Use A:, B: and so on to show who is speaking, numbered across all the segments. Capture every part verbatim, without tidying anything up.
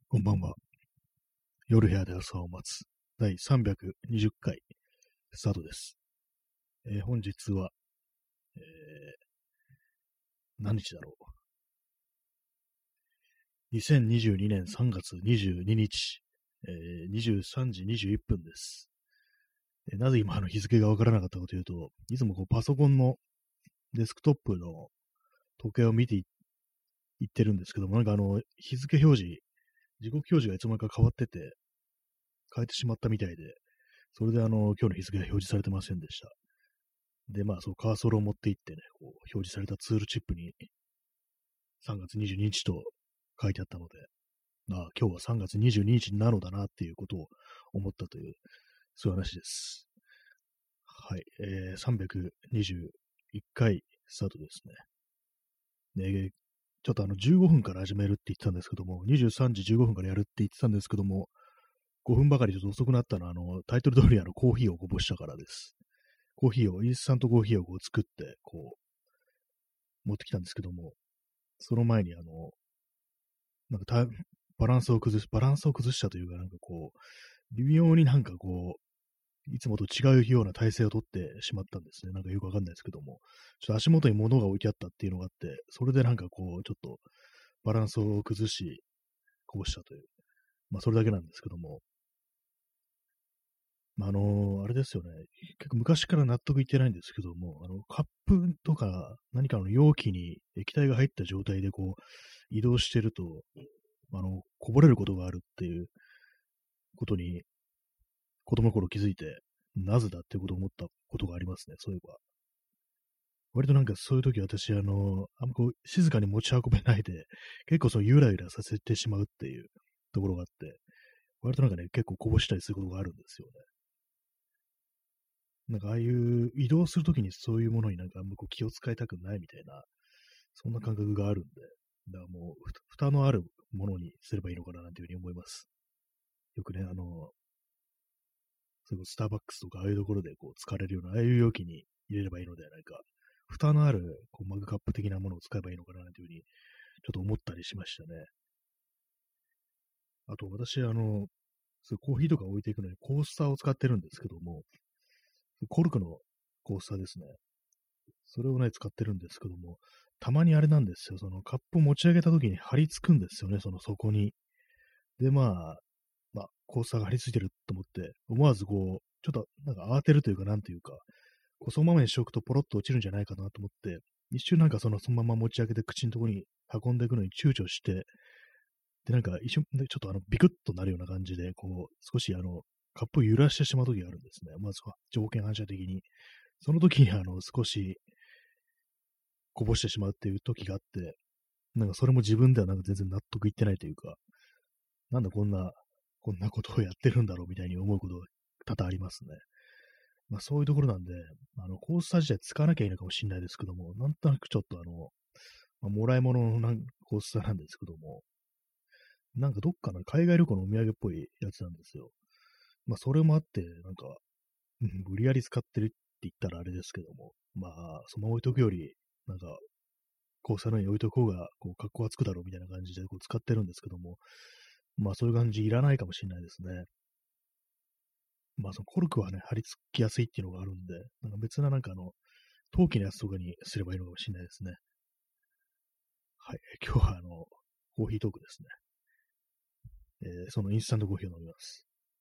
A: こんばんは。夜部屋で朝を待つ。だいさんびゃくにじゅっかい、スタートです。えー本日は、えー何日だろう。にせんにじゅうにねんさんがつにじゅうににち、えーにじゅうさんじにじゅういっぷんです。えーなぜ今あの日付がわからなかったかというと、いつもこうパソコンのデスクトップの時計を見ていいってるんですけども、なんかあの日付表示、時刻表示がいつの間にか変わってて、変えてしまったみたいで、それであの今日の日付が表示されてませんでした。で、まあ、そう、カーソルを持って行ってね、こう、表示されたツールチップにさんがつにじゅうににちと書いてあったので、ああ、今日はさんがつにじゅうににちなのだなっていうことを思ったという、そういう話です。はい、えー、さんびゃくにじゅういっかいスタートですね。ね、ちょっとあの、じゅうごふんから始めるって言ってたんですけども、にじゅうさんじじゅうごふんからやるって言ってたんですけども、ごふんばかりちょっと遅くなったのは、あの、タイトル通りあの、コーヒーをこぼしたからです。コーヒーを、インスタントコーヒーをこう作って、こう、持ってきたんですけども、その前にあの、なんかたバランスを崩す、バランスを崩したというか、なんかこう、微妙になんかこう、いつもと違うような体勢をとってしまったんですね。なんかよくわかんないですけども、ちょっと足元に物が置いてあったっていうのがあって、それでなんかこう、ちょっとバランスを崩し、こぼしたという、まあそれだけなんですけども、まあ、あのあれですよね、結構昔から納得いってないんですけども、あの、カップとか何かの容器に液体が入った状態でこう、移動してると、あの、こぼれることがあるっていうことに、子供の頃気づいて、なぜだってことを思ったことがありますね、そういえば。割となんかそういう時私、あの、あんまこう、静かに持ち運べないで、結構そのゆらゆらさせてしまうっていうところがあって、割となんかね、結構こぼしたりすることがあるんですよね。なんかああいう移動するときにそういうものになんかあんまこう気を使いたくないみたいな、そんな感覚があるんで、だからもう、ふ蓋のあるものにすればいいのかななんていうふうに思います。よくね、あの、それこそスターバックスとかああいうところでこう使われるような、ああいう容器に入れればいいのではないか、蓋のあるこうマグカップ的なものを使えばいいのかなというふうに、ちょっと思ったりしましたね。あと私、あの、そういうコーヒーとか置いていくのにコースターを使ってるんですけども、コルクのコースターですね。それをね、使ってるんですけども、たまにあれなんですよ。そのカップを持ち上げた時に張り付くんですよね、その底に。で、まあ、まあ、コースターが張り付いてると思って、思わずこう、ちょっとなんか慌てるというか、なんというか、こうそのままにしておくとポロッと落ちるんじゃないかなと思って、一瞬なんかそのそのまま持ち上げて口のところに運んでいくのに躊躇して、で、なんか一瞬でちょっとあのビクッとなるような感じで、こう、少しあの、カップを揺らしてしまう時があるんですね。まずは条件反射的に。その時にあの、少しこぼしてしまうっていう時があって、なんかそれも自分ではなんか全然納得いってないというか、なんだこんな、こんなことをやってるんだろうみたいに思うことが多々ありますね。まあそういうところなんで、あの、コースター自体使わなきゃいいのかもしれないですけども、なんとなくちょっとあの、まあ、もらい物のなんコースターなんですけども、なんかどっかの海外旅行のお土産っぽいやつなんですよ。まあそれもあって、なんか、うん、無理やり使ってるって言ったらあれですけども、まあ、そのまま置いとくより、なんか、こう、さらに置いとく方が、こう、格好がつくだろうみたいな感じで、こう、使ってるんですけども、まあ、そういう感じいらないかもしれないですね。まあ、そのコルクはね、貼り付きやすいっていうのがあるんで、なんか別ななんかあの、陶器のやつとかにすればいいのかもしれないですね。はい。今日はあの、コーヒートークですね。えーそのインスタントコーヒーを飲みます。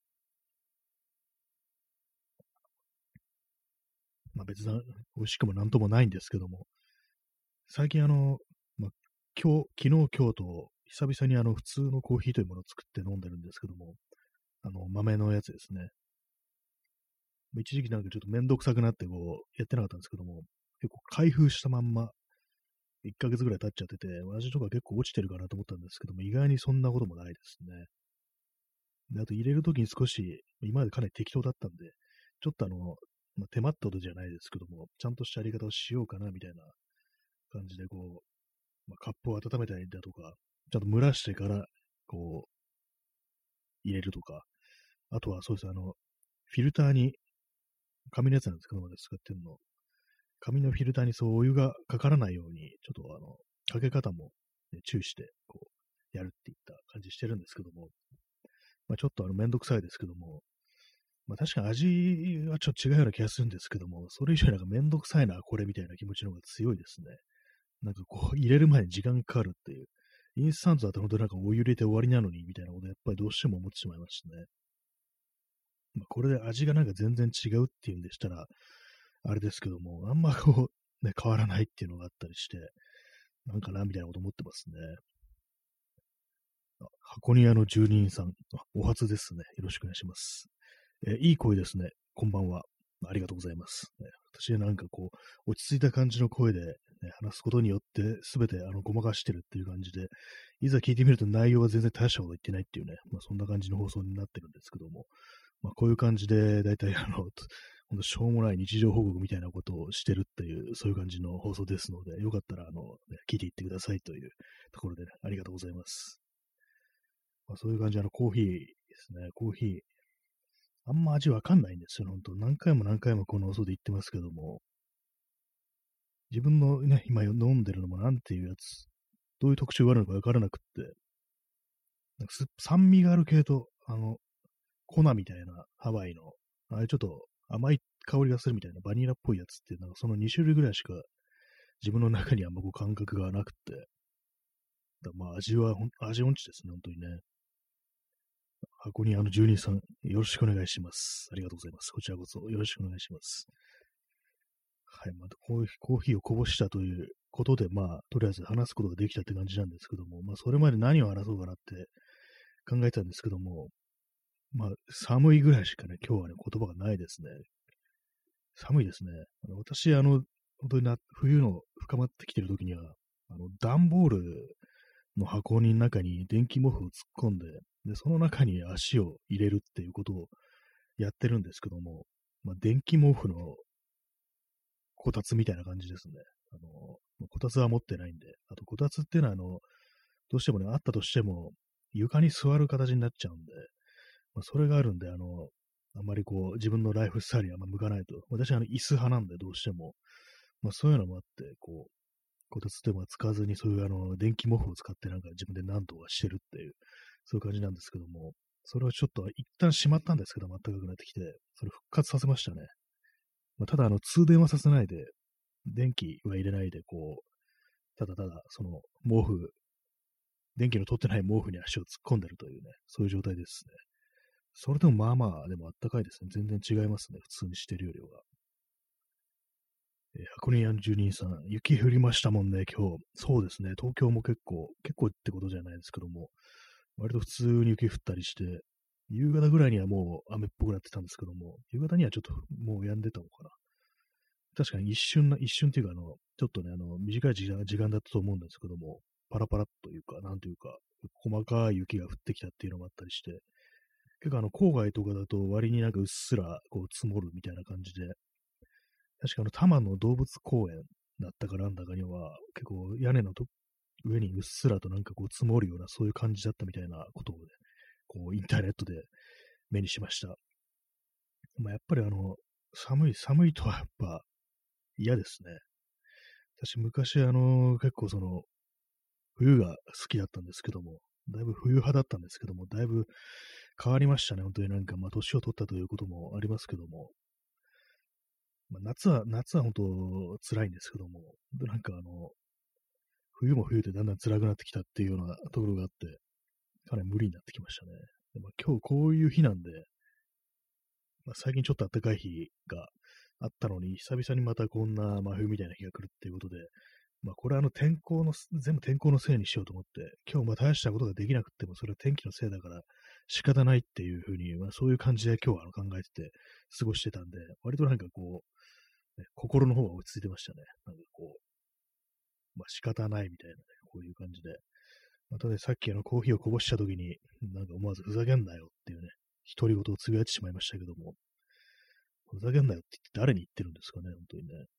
A: まあ、別な、美味しくもなんともないんですけども、最近あの、まあ、今日、昨日、今日と、久々にあの、普通のコーヒーというものを作って飲んでるんですけども、あの、豆のやつですね。一時期なんかちょっとめんどくさくなってこう、やってなかったんですけども、結構開封したまんま、いっかげつぐらい経っちゃってて、味とか結構落ちてるかなと思ったんですけども、意外にそんなこともないですね。で、あと入れるときに少し、今までかなり適当だったんで、ちょっとあの、まあ、手間ってことじゃないですけども、ちゃんとしたやり方をしようかなみたいな感じで、こう、まあ、カップを温めたりだとか、ちゃんと蒸らしてから、こう、入れるとか、あとはそうですね、あの、フィルターに、紙のやつなんですけども、使ってるの。紙のフィルターにそうお湯がかからないように、ちょっとあの、かけ方も、ね、注意して、こう、 やるっていった感じしてるんですけども、まあ、ちょっとあの、めんどくさいですけども、まあ確かに味はちょっと違うような気がするんですけども、それ以上になんかめんどくさいな、これみたいな気持ちの方が強いですね。なんかこう、入れる前に時間かかるっていう。インスタントだと本当なんかお湯入れて終わりなのに、みたいなことやっぱりどうしても思ってしまいましたね。まあ、これで味がなんか全然違うっていうんでしたら、あれですけども、あんまこう、ね、変わらないっていうのがあったりして、なんかな、みたいなこと思ってますね。あ、箱庭の住人さん、あ、お初ですね。よろしくお願いします。えーいい声ですね。こんばんは。ありがとうございます。ね、私はなんかこう、落ち着いた感じの声で、ね、話すことによって、すべてあのごまかしてるっていう感じで、いざ聞いてみると内容は全然大したこと言ってないっていうね、まあ、そんな感じの放送になってるんですけども、まあ、こういう感じで、だいたいあの、ほんとしょうもない日常報告みたいなことをしてるっていう、そういう感じの放送ですので、よかったら、あの、ね、聞いていってくださいというところでね、ありがとうございます。まあ、そういう感じ、あの、コーヒーですね、コーヒー、あんま味わかんないんですよ、ほんと。何回も何回もこの放送で言ってますけども、自分のね、今飲んでるのもなんていうやつ、どういう特徴があるのかわからなくって、なんかす酸味がある系と、あの、粉みたいなハワイの、あれちょっと甘い香りがするみたいなバニラっぽいやつっていう、なんかそのに種類ぐらいしか自分の中にあんまこう感覚がなくて、だまあ味はほん、味音痴ですね、本当にね。箱にあの住人さん、よろしくお願いします。ありがとうございます。こちらこそよろしくお願いします。はい、またコーヒーコーヒーをこぼしたということで、まあ、とりあえず話すことができたって感じなんですけども、まあ、それまで何を話そうかなって考えてたんですけども、まあ、寒いぐらいしかね、今日はね、言葉がないですね。寒いですね。あの私、あの、本当にな、冬の深まってきてる時には、あの、段ボールの箱の中に電気毛布を突っ込んで、で、その中に足を入れるっていうことをやってるんですけども、まあ、電気毛布のこたつみたいな感じですね。あの、こたつは持ってないんで、あとこたつっていうのは、あの、どうしてもね、あったとしても、床に座る形になっちゃうんで、まあ、それがあるんで、あの、あんまりこう、自分のライフスタイルにあんま向かないと。私はあの、椅子派なんで、どうしても。まあ、そういうのもあって、こう、こたつでも使わずに、そういうあの、電気毛布を使ってなんか自分で何とかしてるっていう、そういう感じなんですけども、それはちょっと一旦しまったんですけど、暖かくなってきて、それ復活させましたね。まあ、ただ、あの、通電はさせないで、電気は入れないで、こう、ただただ、その、毛布、電気の通ってない毛布に足を突っ込んでるというね、そういう状態ですね。それでもまあまあ、でもあったかいですね。全然違いますね。普通にしてるよりは。えー箱根屋の住人さん、雪降りましたもんね、今日。そうですね。東京も結構、結構ってことじゃないですけども、割と普通に雪降ったりして、夕方ぐらいにはもう雨っぽくなってたんですけども、夕方にはちょっともう止んでたのかな。確かに一瞬な、一瞬っていうか、あの、ちょっとね、あの、短い時間、時間だったと思うんですけども、パラパラっというか、なんというか、細かい雪が降ってきたっていうのもあったりして、結構あの、郊外とかだと割になんかうっすらこう積もるみたいな感じで、確かあの、多摩の動物公園だったかなんだかには、結構屋根のと上にうっすらとなんかこう積もるようなそういう感じだったみたいなことをね、こうインターネットで目にしました。まあ、やっぱりあの、寒い、寒いとはやっぱ嫌ですね。私昔あの、結構その、冬が好きだったんですけども、だいぶ冬派だったんですけども、だいぶ変わりましたね。本当になんか、まあ、年を取ったということもありますけども、まあ、夏は、夏は本当辛いんですけども、なんかあの、冬も冬でだんだん辛くなってきたっていうようなところがあって、かなり無理になってきましたね。でまあ、今日こういう日なんで、まあ、最近ちょっと暖かい日があったのに、久々にまたこんな真冬みたいな日が来るっていうことで、まあ、これはあの天候の、全部天候のせいにしようと思って、今日まあ大したことができなくても、それは天気のせいだから仕方ないっていうふうに、まあ、そういう感じで今日はあの考えてて過ごしてたんで、割となんかこう、ね、心の方が落ち着いてましたね。なんかこう、まあ仕方ないみたいなね、こういう感じで。またね、さっきあのコーヒーをこぼした時に、なんか思わずふざけんなよっていうね、独り言をつぶやいてしまいましたけども、ふざけんなよって言って誰に言ってるんですかね、本当にね。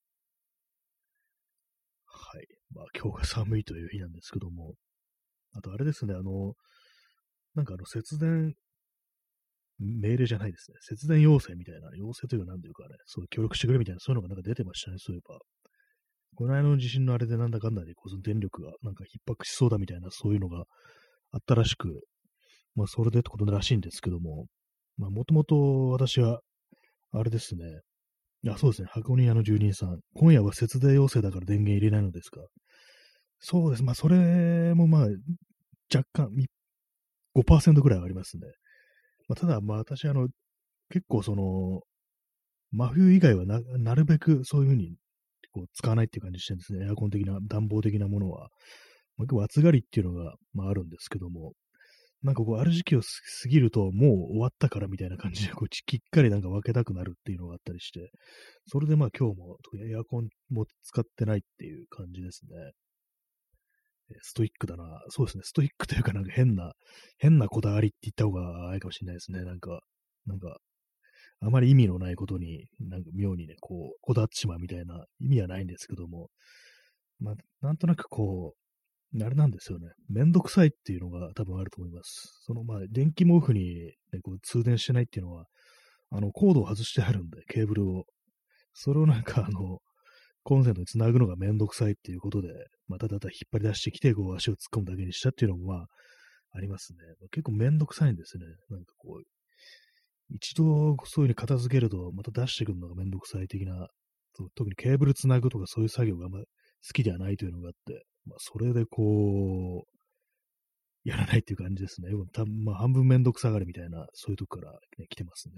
A: はい。まあ今日が寒いという日なんですけども、あとあれですね、あの、なんかあの節電命令じゃないですね。節電要請みたいな、要請というか何というかね、そういう協力してくれみたいな、そういうのがなんか出てましたね、そういえば。この間の地震のあれでなんだかんだで、こう、その電力がなんか逼迫しそうだみたいな、そういうのがあったらしく、まあ、それでってことらしいんですけども、まあ、もともと私は、あれですね、あ、そうですね、箱庭の住人さん、今夜は節電要請だから電源入れないのですか？そうです。まあ、それもまあ、若干、みごパーセントぐらいはありますね。まあ、ただ、まあ、私、あの、結構その、真冬以外はな、なるべくそういうふうにこう使わないっていう感じにしてるんですね。エアコン的な、暖房的なものは。まあ、結構暑がりっていうのが、まあ、あるんですけども、なんかこう、ある時期を過ぎると、もう終わったからみたいな感じで、こう、きっかりなんか分けたくなるっていうのがあったりして、それでまあ今日もエアコンも使ってないっていう感じですね。ストイックだな。そうですね。ストイックというかなんか変な、変なこだわりって言った方があれかもしれないですね。なんか、なんか、あまり意味のないことに、なんか妙にね、こう、こだわってしまうみたいな意味はないんですけども、まあ、なんとなくこう、あれなんですよね。めんどくさいっていうのが多分あると思います。その、まあ、電気毛布に、ね、こう通電してないっていうのは、あの、コードを外してあるんで、ケーブルを。それをなんか、あの、コンセントにつなぐのがめんどくさいっていうことで、まただた引っ張り出してきて、こう足を突っ込むだけにしたっていうのも、まあ、ありますね。結構めんどくさいんですね。なんかこう、一度そういうふうに片付けると、また出してくるのがめんどくさい的な、そう特にケーブルつなぐとかそういう作業があんま好きではないというのがあって、まあ、それでこう、やらないっていう感じですね。たまあ、半分めんどくさがりみたいな、そういうとこから、ね、来てますね。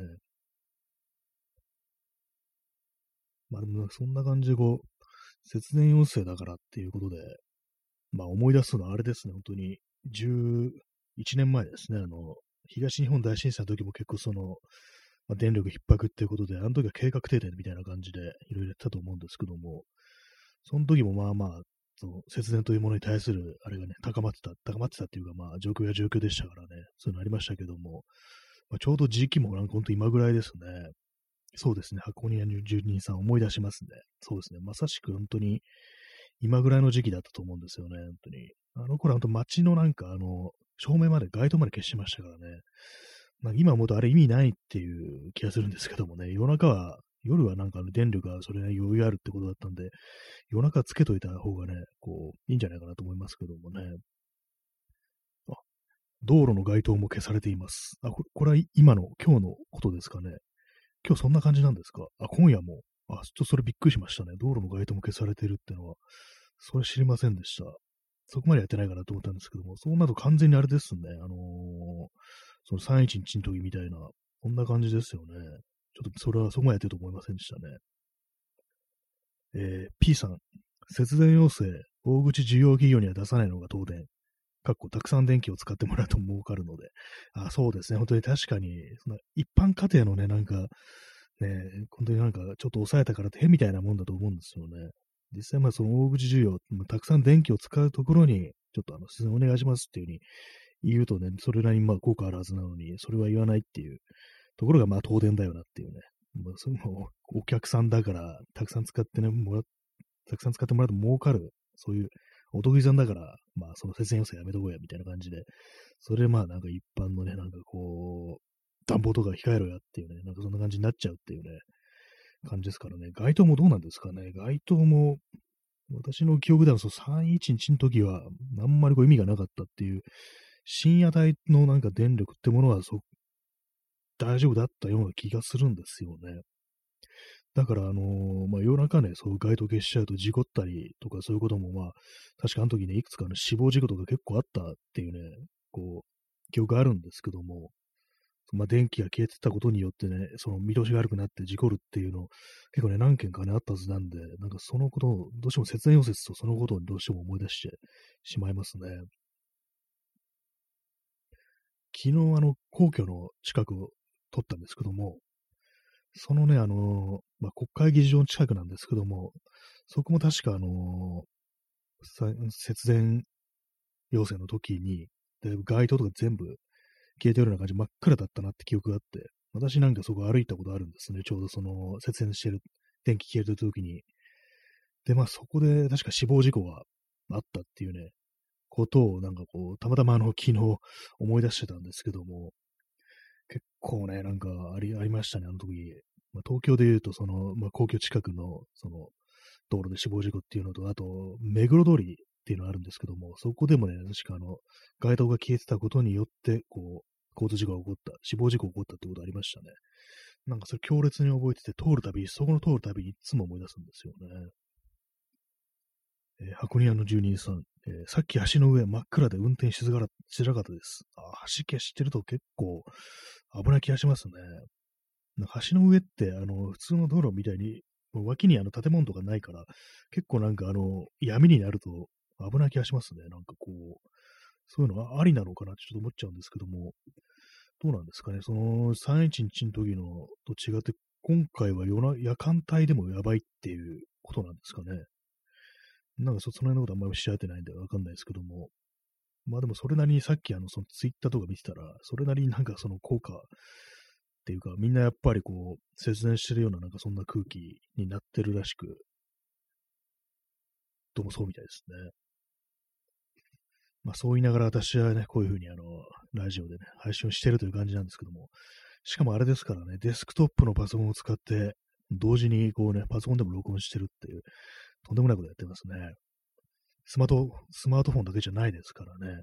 A: まあでも、そんな感じでこう、節電要請だからっていうことで、まあ思い出すのはあれですね、本当に、じゅういちねんまえですね、あの、東日本大震災の時も結構その、まあ、電力逼迫っていうことで、あの時は計画停電みたいな感じでいろいろやってたと思うんですけども、その時もまあまあ、その節電というものに対するあれがね、高まってた、高まってたっていうか、まあ状況が状況でしたからね、そういうのありましたけども、まあ、ちょうど時期もなんか本当今ぐらいですね。そうですね、箱庭の住人さん思い出しますね。そうですね、まさしく本当に今ぐらいの時期だったと思うんですよね、本当に。あの頃、本当街のなんか、あの、照明まで、街灯まで消しましたからね。なんか今思うとあれ意味ないっていう気がするんですけどもね、夜中は、夜はなんかあの電力がそれなりに余裕あるってことだったんで、夜中つけといた方がね、こう、いいんじゃないかなと思いますけどもね。あ、道路の街灯も消されています。あ、これ、これは今の、今日のことですかね。今日そんな感じなんですか？あ、今夜も。あ、ちょっとそれびっくりしましたね。道路の街灯も消されてるってのは、それ知りませんでした。そこまでやってないかなと思ったんですけども、そうなると完全にあれですね。あのーそのさんいちいちの時みたいな、こんな感じですよね。ちょっとそれはそこまでやってると思いませんでしたね。えー、P さん、節電要請、大口需要企業には出さないのが東電。かっこたくさん電気を使ってもらうと儲かるので。あ、そうですね。本当に確かに、その一般家庭のね、なんか、ね、本当になんかちょっと抑えたから手みたいなもんだと思うんですよね。実際まあその大口需要、まあたくさん電気を使うところに、ちょっとあの、節電お願いしますっていうふうに言うとね、それなりにまあ効果あるはずなのに、それは言わないっていうところがまあ東電だよなっていうね。まあ、そのお客さんだから、たくさん使ってね、もらたくさん使ってもらうと儲かる、そういうお得意さんだから、まあその節電要請やめとこうやみたいな感じで、それでまあなんか一般のね、なんかこう、暖房とか控えろやっていうね、なんかそんな感じになっちゃうっていうね、感じですからね。街灯もどうなんですかね。街灯も、私の記憶ではそのさんいちいちの時は、あんまりこう意味がなかったっていう、深夜帯のなんか電力ってものはそ大丈夫だったような気がするんですよね。だから、あのーまあ、夜中ね、そう街灯消しちゃうと事故ったりとかそういうことも、まあ、確かあの時ね、いくつかの死亡事故とか結構あったっていうね、こう、記憶があるんですけども、まあ、電気が消えてたことによってね、その見通しが悪くなって事故るっていうの、結構ね、何件かね、あったはずなんで、なんかそのことを、どうしても節電溶接とそのことをどうしても思い出してしまいますね。昨日、あの、皇居の近くを撮ったんですけども、そのね、あの、まあ、国会議事場の近くなんですけども、そこも確かあの、さ節電要請の時に、で、街灯とか全部消えてるような感じ、真っ暗だったなって記憶があって、私なんかそこ歩いたことあるんですね。ちょうどその節電してる、電気消えてる時に。で、まあそこで確か死亡事故があったっていうね、ことをなんかこう、たまたまあの昨日思い出してたんですけども、結構ね、なんかあり、ありましたね、あの時。まあ、東京で言うと、その、まあ、皇居近くの、その、道路で死亡事故っていうのと、あと、目黒通りっっていうのがあるんですけども、そこでもね、確かあの、街灯が消えてたことによって、こう、交通事故が起こった、死亡事故が起こったってことありましたね。なんかそれ強烈に覚えてて、通るたび、そこの通るたびにいつも思い出すんですよね。えー箱庭の住人さん、えーさっき橋の上真っ暗で運転しづらしづらかったです。あー、橋消してると結構危ない気がしますね。なんか橋の上って、あの、普通の道路みたいに、もう脇にあの建物とかないから、結構なんかあの、闇になると危ない気がしますね。なんかこう、そういうのはありなのかなってちょっと思っちゃうんですけども、どうなんですかね。そのさんいちいちの時のと違って、今回は夜な夜間帯でもやばいっていうことなんですかね。なんかそ、その辺のことあんまり知られてないんでわかんないですけども、まあでもそれなりにさっきあの、そのツイッターとか見てたら、それなりになんかその効果っていうか、みんなやっぱりこう、節電してるようななんかそんな空気になってるらしく、どうもそうみたいですね。まあそう言いながら私はね、こういうふうにあの、ラジオでね、配信をしてるという感じなんですけども、しかもあれですからね、デスクトップのパソコンを使って、同時にこうね、パソコンでも録音してるっていう、とんでもないことやってますね。スマート、スマートフォンだけじゃないですからね。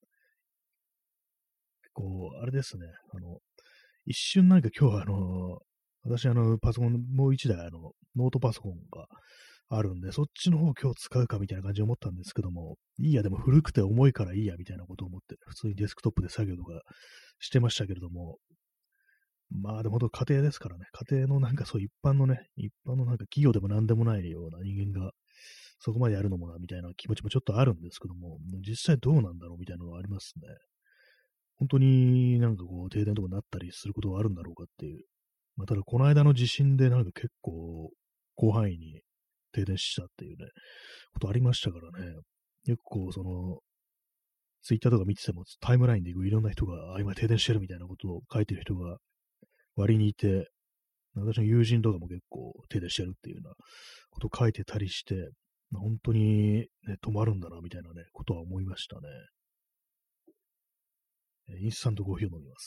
A: こう、あれですね、あの、一瞬なんか今日はあの、私あの、パソコン、もう一台あの、ノートパソコンがあるんで、そっちの方今日使うかみたいな感じで思ったんですけども、いいや、でも古くて重いからいいや、みたいなことを思って、普通にデスクトップで作業とかしてましたけれども、まあでも本当家庭ですからね、家庭のなんかそう一般のね、一般のなんか企業でも何でもないような人間が、そこまでやるのもな、みたいな気持ちもちょっとあるんですけども、実際どうなんだろうみたいなのはありますね。本当になんかこう停電とかなったりすることはあるんだろうかっていう。まあ、ただこの間の地震でなんか結構広範囲に停電したっていうね、ことありましたからね。結構その、ツイッターとか見ててもタイムラインでいろんな人が、あ、今停電してるみたいなことを書いてる人が割にいて、私の友人とかも結構停電してるっていうようなことを書いてたりして、本当に、ね、止まるんだなみたいなね、ことは思いましたね。インスタントコーヒーを飲みます。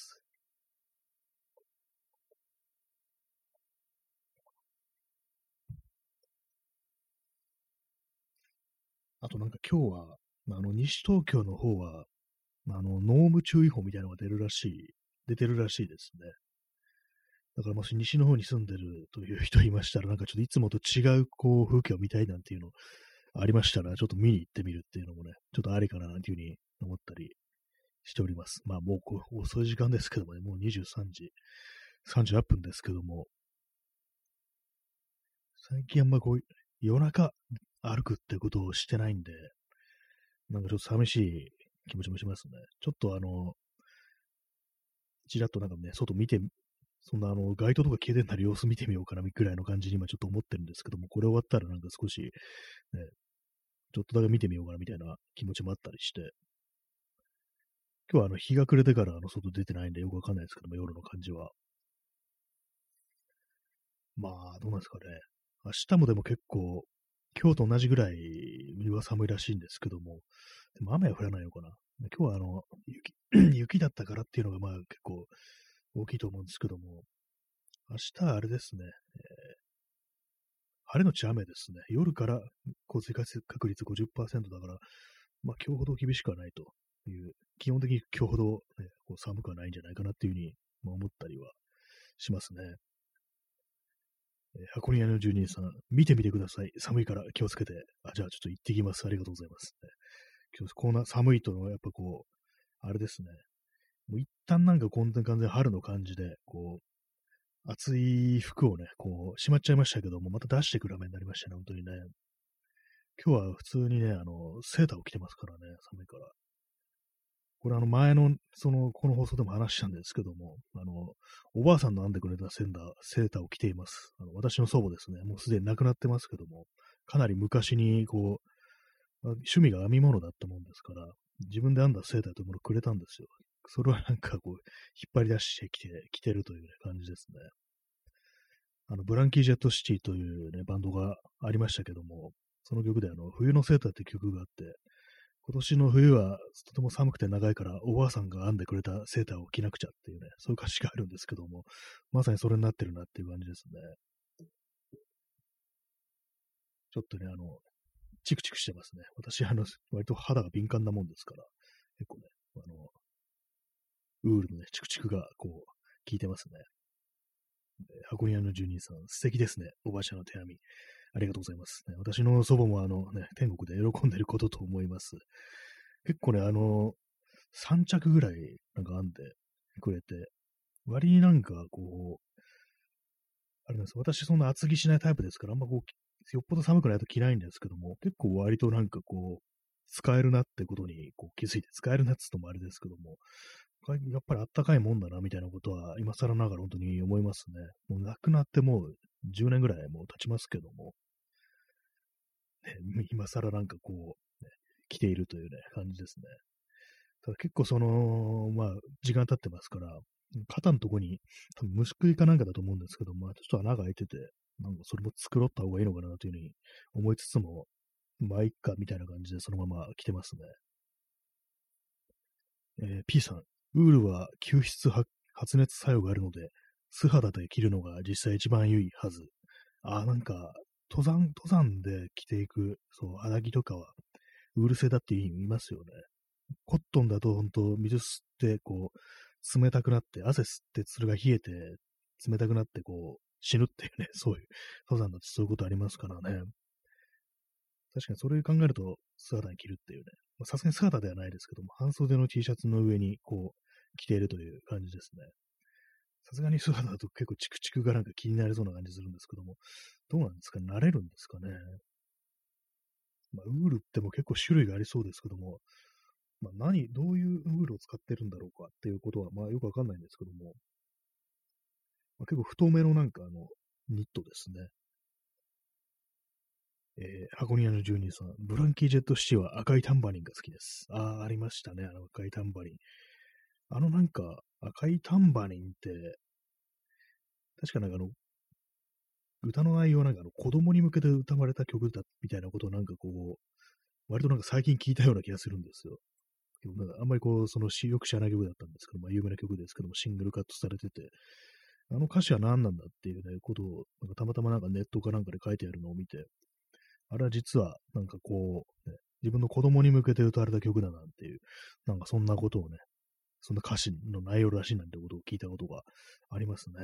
A: あとなんか今日は、あの、西東京の方は、あの、濃霧注意報みたいなのが出るらしい、出てるらしいですね。だからもし西の方に住んでるという人いましたら、なんかちょっといつもと違うこう風景を見たいなんていうのありましたら、ちょっと見に行ってみるっていうのもね、ちょっとありかななんていうふうに思ったりしております。まあもうこう遅い時間ですけどもね、もうにじゅうさんじさんじゅうはっぷんですけども、最近あんまこう夜中歩くってことをしてないんで、なんかちょっと寂しい気持ちもしますね。ちょっとあの、ちらっとなんかね、外見て、そんなあの、街灯とか消えてんなら様子見てみようかな、くらいの感じに今ちょっと思ってるんですけども、これ終わったらなんか少し、ね、ちょっとだけ見てみようかな、みたいな気持ちもあったりして、今日はあの、日が暮れてからあの、外出てないんでよくわかんないですけども、夜の感じは。まあ、どうなんですかね。明日もでも結構、今日と同じぐらいは寒いらしいんですけども、でも雨は降らないのかな。今日はあの、雪、雪だったからっていうのがまあ結構大きいと思うんですけども、明日はあれですね、晴れのち雨ですね。夜から降水確率ごじゅっパーセントだから、まあ今日ほど厳しくはないという、基本的に今日ほど、ね、こう寒くはないんじゃないかなっていうふうに、まあ、思ったりはしますね。えー箱庭の住人さん、見てみてください。寒いから気をつけて。あ、じゃあちょっと行ってきます。ありがとうございます。ね、今日こんな寒いと、やっぱこう、あれですね。もう一旦なんかこんな感じで春の感じで、こう、厚い服をね、こう、しまっちゃいましたけども、また出してくる雨になりましたね、本当にね。今日は普通にね、あの、セーターを着てますからね、寒いから。これあの前の、その、この放送でも話したんですけども、あの、おばあさんの編んでくれたセンダー、セーターを着ています。あの私の祖母ですね、もうすでに亡くなってますけども、かなり昔に、こう、趣味が編み物だったもんですから、自分で編んだセーターというものをくれたんですよ。それはなんかこう、引っ張り出してきて、着てるという、ね、感じですね。あの、ブランキー・ジェット・シティというね、バンドがありましたけども、その曲であの、冬のセーターって曲があって、今年の冬はとても寒くて長いから、おばあさんが編んでくれたセーターを着なくちゃっていうね、そういう歌詞があるんですけども、まさにそれになってるなっていう感じですね。ちょっとね、あの、 チクチクしてますね。私、あの、割と肌が敏感なもんですから、結構ね、あの、ウールのね、チクチクが、こう、効いてますね。箱庭の住人さん、素敵ですね。おばあちゃんの手紙。ありがとうございます。ね、私の祖母もあのね、天国で喜んでることと思います。結構ね、あの、さん着ぐらいなんか編んでくれて、割になんかこう、あれなんです。私そんな厚着しないタイプですから、あんまこう、よっぽど寒くないと着ないんですけども、結構割となんかこう、使えるなってことにこう気づいて、使えるなって言うのもあれですけども、やっぱりあったかいもんだな、みたいなことは、今更ながら本当に思いますね。もう亡くなってもうじゅうねんぐらいもう経ちますけども、ね、今更なんかこう、ね、来ているというね、感じですね。ただ結構その、まあ、時間経ってますから、肩のとこに、多分虫食いかなんかだと思うんですけど、まあ、ちょっと穴が開いてて、なんかそれも繕った方がいいのかなというふうに思いつつも、まあ、いっか、みたいな感じでそのまま来てますね。えー P さん、ウールは吸湿発発熱作用があるので、素肌で着るのが実際一番良いはず。ああ、なんか、登山、登山で着ていく、そう、肌着とかは、ウール製だって言いますよね。コットンだと本当、水吸って、こう、冷たくなって、汗吸って、それが冷えて、冷たくなって、こう、死ぬっていうね、そういう、登山だとそういうことありますからね。確かにそれ考えると、素肌に着るっていうね。さすがに素肌ではないですけども、半袖の T シャツの上に、こう、着ているという感じですね。さすがに素肌だと結構チクチクがなんか気になりそうな感じするんですけども、どうなんですかね、慣れるんですかね。まあ、ウールっても結構種類がありそうですけども、まあ、何、どういうウールを使ってるんだろうかっていうことは、まあ、よくわかんないんですけども、まあ、結構太めのなんかあの、ニットですね。えー、箱庭の住人さん、ブランキー・ジェット・シティは赤いタンバリンが好きです。ああ、ありましたね、あの赤いタンバリン。あのなんか、赤いタンバリンって、確かなんかあの、歌の内容はなんかあの、子供に向けて歌われた曲だ、みたいなことをなんかこう、割となんか最近聞いたような気がするんですよ。でもなんかあんまりこう、そのし、よく知らない曲だったんですけど、まあ有名な曲ですけども、シングルカットされてて、あの歌詞は何なんだっていうね、ことを、なんかたまたまなんかネットかなんかで書いてあるのを見て、あれは実は、なんかこう、ね、自分の子供に向けて歌われた曲だなんていう、なんかそんなことをね、そんな歌詞の内容らしいなんてことを聞いたことがありますね。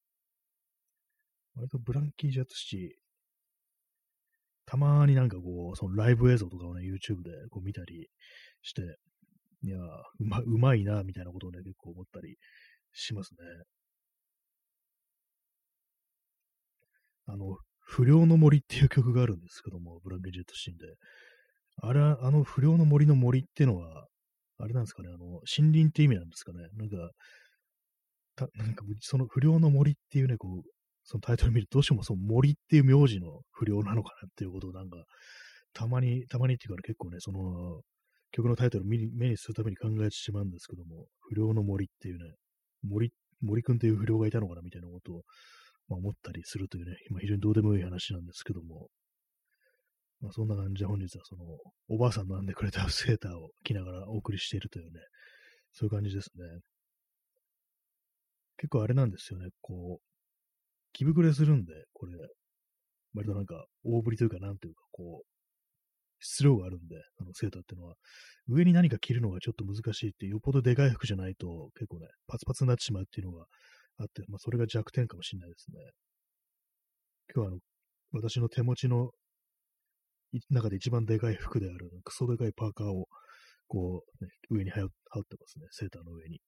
A: 割とブランキー・ジャット・シティ、たまになんかこう、そのライブ映像とかをね、YouTube でこう見たりして、いやー、うま、うまいな、みたいなことをね、結構思ったりしますね。あの、不良の森っていう曲があるんですけども、ブランキー・ジェット・シティで。あれは、あの不良の森の森っていうのは、あれなんですかね、あの、森林って意味なんですかね。なんか、たなんか、その不良の森っていうね、こう、そのタイトル見ると、どうしてもその森っていう名字の不良なのかなっていうことをなんか、たまに、たまにっていうかね、結構ね、その、曲のタイトルを目に目にするために考えてしまうんですけども、不良の森っていうね、森、森くんっていう不良がいたのかなみたいなことを、まあ、思ったりするというね、今非常にどうでもいい話なんですけども、まあ、そんな感じで本日はその、おばあさんの編んでくれたセーターを着ながらお送りしているというね、そういう感じですね。結構あれなんですよね、こう、着膨れするんで、これ、割となんか、大ぶりというか、なんていうか、こう、質量があるんで、あのセーターっていうのは、上に何か着るのがちょっと難しいって、よっぽどでかい服じゃないと、結構ね、パツパツになってしまうっていうのがあって、まあ、それが弱点かもしれないですね。今日はあの、私の手持ちの中で一番でかい服である、クソでかいパーカーを、こう、ね、上に羽織ってますね、セーターの上に。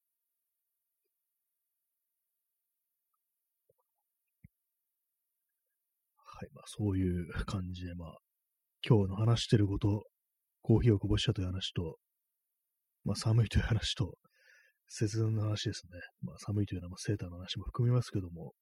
A: はい、まあ、そういう感じで、まあ、今日の話してること、コーヒーをこぼしたという話と、まあ、寒いという話と、節分の話ですね。まあ、寒いというのは、まあ、セーターの話も含みますけども、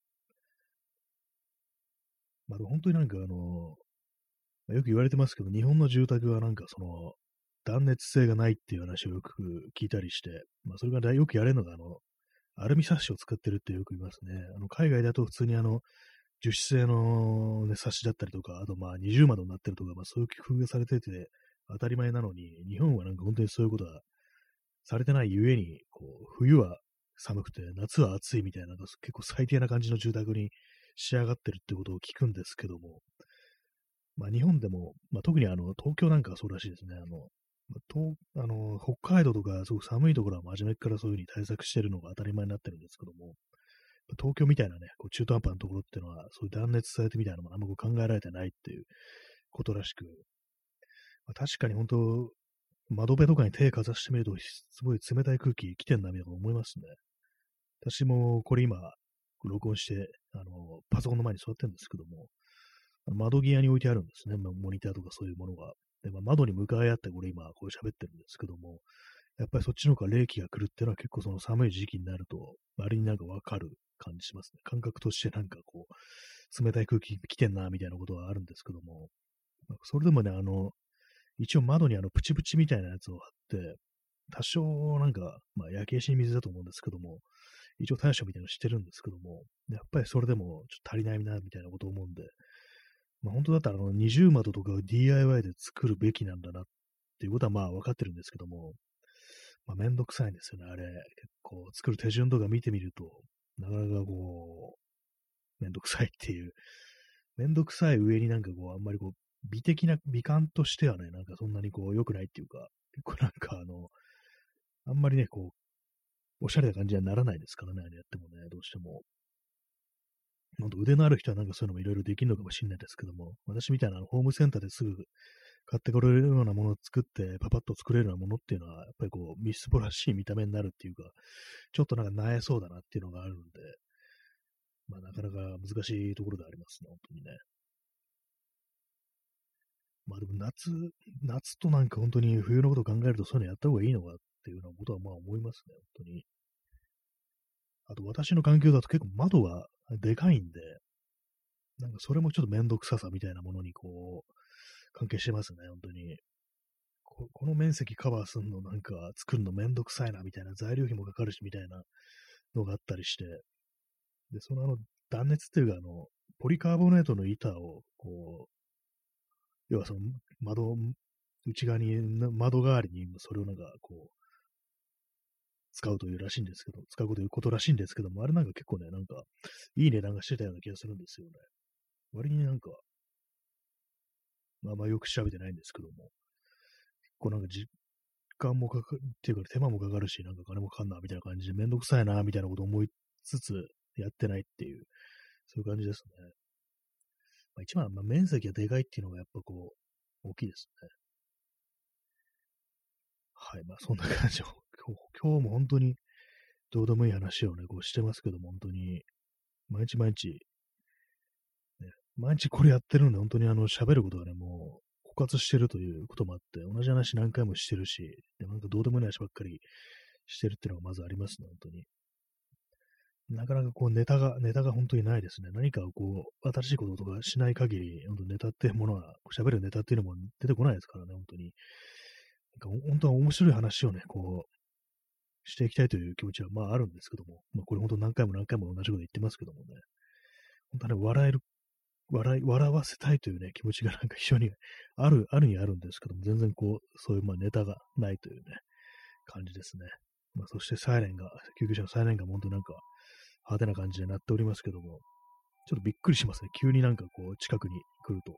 A: まあ、でも本当になんかあの、まあ、よく言われてますけど、日本の住宅はなんかその、断熱性がないっていう話をよく聞いたりして、まあ、それがよくやれるのが、あの、アルミサッシを使ってるってよく言いますね。あの、海外だと普通にあの、樹脂製の、ね、サッシだったりとか、あとまあ二重窓になってるとか、まあそういう工夫がされてて当たり前なのに、日本はなんか本当にそういうことはされてないゆえに、こう、冬は寒くて夏は暑いみたいな、なんか結構最低な感じの住宅に仕上がってるってことを聞くんですけども、 まあ日本でも、まあ特にあの、東京なんかはそうらしいですね。あの、まあ東あの、北海道とかすごく寒いところは真面目からそういうふうに対策してるのが当たり前になってるんですけども、東京みたいなね、こう中途半端なところっていうのは、そういう断熱されてみたいなのもあんまこう考えられてないっていうことらしく、まあ、確かに本当、窓辺とかに手かざしてみると、すごい冷たい空気来てんな、みたいな思いますね。私もこれ今、録音して、あの、パソコンの前に座ってるんですけども、窓際に置いてあるんですね。まあモニターとかそういうものが。で、まあ、窓に向かい合ってこれ今こう喋ってるんですけども、やっぱりそっちの方が冷気が来るっていうのは結構その寒い時期になると、割になんかわかる感じしますね。感覚としてなんかこう、冷たい空気来てんな、みたいなことはあるんですけども、まあそれでもね、あの、一応窓にあのプチプチみたいなやつを貼って、多少なんか、まあ焼け石に水だと思うんですけども、一応対処みたいなのしてるんですけども、やっぱりそれでもちょっと足りないな、みたいなことを思うんで、まあ、本当だったらあの二重窓とかを ディーアイワイ で作るべきなんだなっていうことはまあ分かってるんですけども、まあ、めんどくさいんですよね、あれ。結構作る手順とか見てみると、なかなかこう、めんどくさいっていう、めんどくさい上になんかこう、あんまりこう、美的な、美観としてはね、なんかそんなにこう、良くないっていうか、結構なんかあの、あんまりね、こう、おしゃれな感じにはならないですからね、あれやってもね、どうしても。ほんと腕のある人はなんかそういうのもいろいろできるのかもしれないですけども、私みたいなあのホームセンターですぐ買ってこれるようなものを作って、パパッと作れるようなものっていうのは、やっぱりこう、みすぼらしい見た目になるっていうか、ちょっとなんか萎えそうだなっていうのがあるんで、まあなかなか難しいところでありますね、本当にね。まあでも夏、夏となんか本当に冬のことを考えるとそういうのやった方がいいのかっていうようなことはまあ思いますね、本当に。あと私の環境だと結構窓がでかいんで、なんかそれもちょっとめんどくささみたいなものにこう、関係してますね、本当に。ここの面積カバーするのなんか作るのめんどくさいなみたいな材料費もかかるしみたいなのがあったりして、で、そのあの断熱っていうかあの、ポリカーボネートの板をこう、要はその窓、内側に、窓代わりにそれをなんかこう、使うというらしいんですけど、使うこということらしいんですけども、あれなんか結構ね、なんか、いい値段がしてたような気がするんですよね。割になんか、まあまあよく調べてないんですけども、結構なんか時間もかかる、っていうか手間もかかるし、なんか金もかかんな、みたいな感じで、めんどくさいな、みたいなことを思いつつ、やってないっていう、そういう感じですね。まあ、一番、まあ、面積がでかいっていうのがやっぱこう、大きいですね。はい。まあそんな感じを、今日、今日も本当にどうでもいい話をね、こうしてますけども、本当に、毎日毎日、ね、毎日これやってるんで、本当にあの、喋ることがね、もう、枯渇してるということもあって、同じ話何回もしてるし、でなんかどうでもない話ばっかりしてるっていうのがまずありますね、本当に。なかなかこうネタが、ネタが本当にないですね。何かをこう、新しいこととかしない限り、本当ネタっていうものは、喋るネタっていうのも出てこないですからね、本当に。なんか本当は面白い話をね、こう、していきたいという気持ちはまああるんですけども、まあこれ本当何回も何回も同じこと言ってますけどもね、本当はね、笑える、笑い、笑わせたいというね、気持ちがなんか非常にある、あるにあるんですけども、全然こう、そういうまあネタがないというね、感じですね。まあそしてサイレンが、救急車のサイレンが本当なんか派手な感じになっておりますけども、ちょっとびっくりしますね。急になんかこう、近くに来ると。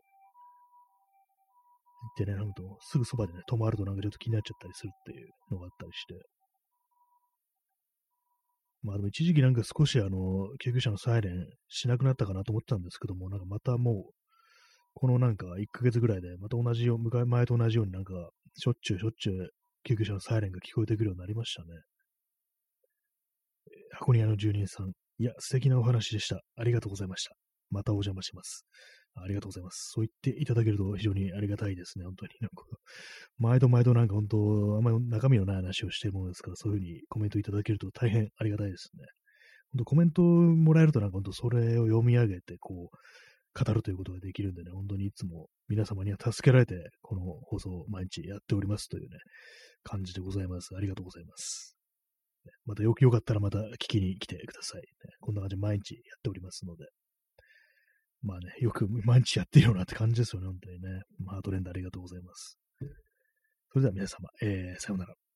A: 行ってね、なんと、すぐそばでね、止まるとなんかちょっと気になっちゃったりするっていうのがあったりして。まあでも一時期なんか少しあの、救急車のサイレンしなくなったかなと思ってたんですけども、なんかまたもう、このなんかいっかげつぐらいで、また同じよ、前前と同じようになんか、しょっちゅうしょっちゅう救急車のサイレンが聞こえてくるようになりましたね。箱庭の住人さん。いや、素敵なお話でした。ありがとうございました。またお邪魔します。ありがとうございます。そう言っていただけると非常にありがたいですね。本当に。なんか毎度毎度なんか本当、あんまり中身のない話をしているものですから、そういうふうにコメントいただけると大変ありがたいですね。本当コメントもらえるとなんか本当それを読み上げて、こう、語るということができるんでね、本当にいつも皆様には助けられて、この放送を毎日やっておりますというね、感じでございます。ありがとうございます。またよくよかったらまた聞きに来てください、ね。こんな感じで毎日やっておりますので。まあね、よく毎日やってるよなって感じですよね、本当にね。ハートレンダーありがとうございます。それでは皆様、えー、さようなら。